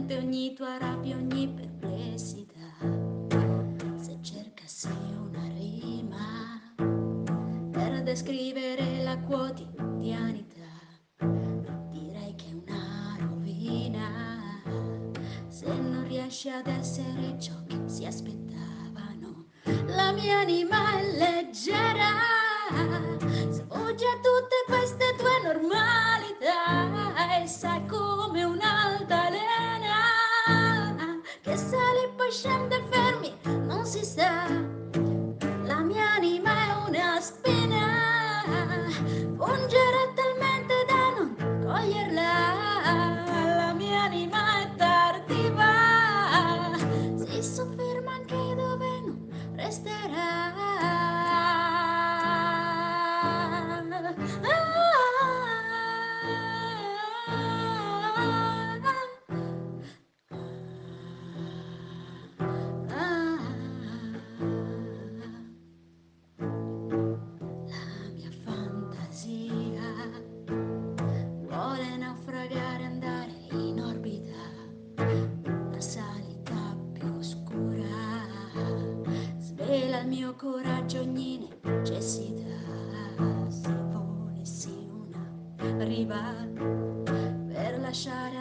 fronte ogni tua rabbia, ogni perplessità. Se cercassi una rima per descrivere la quotidianità, direi che è una rovina se non riesci ad essere ciò che si aspettavano. La mia anima è leggera, sfugge a tutte queste tue normalità e sai come un'altalena che sale e poi scende fermi, non si sa. La mia anima è una spina, pungerà talmente da non coglierla. La mia anima è tardiva, si sofferma anche dove non resterà. La mia fantasia vuole naufragare, andare in orbita, una salita più oscura, svela il mio coraggio, ogni necessità. Se volessi una riva per lasciare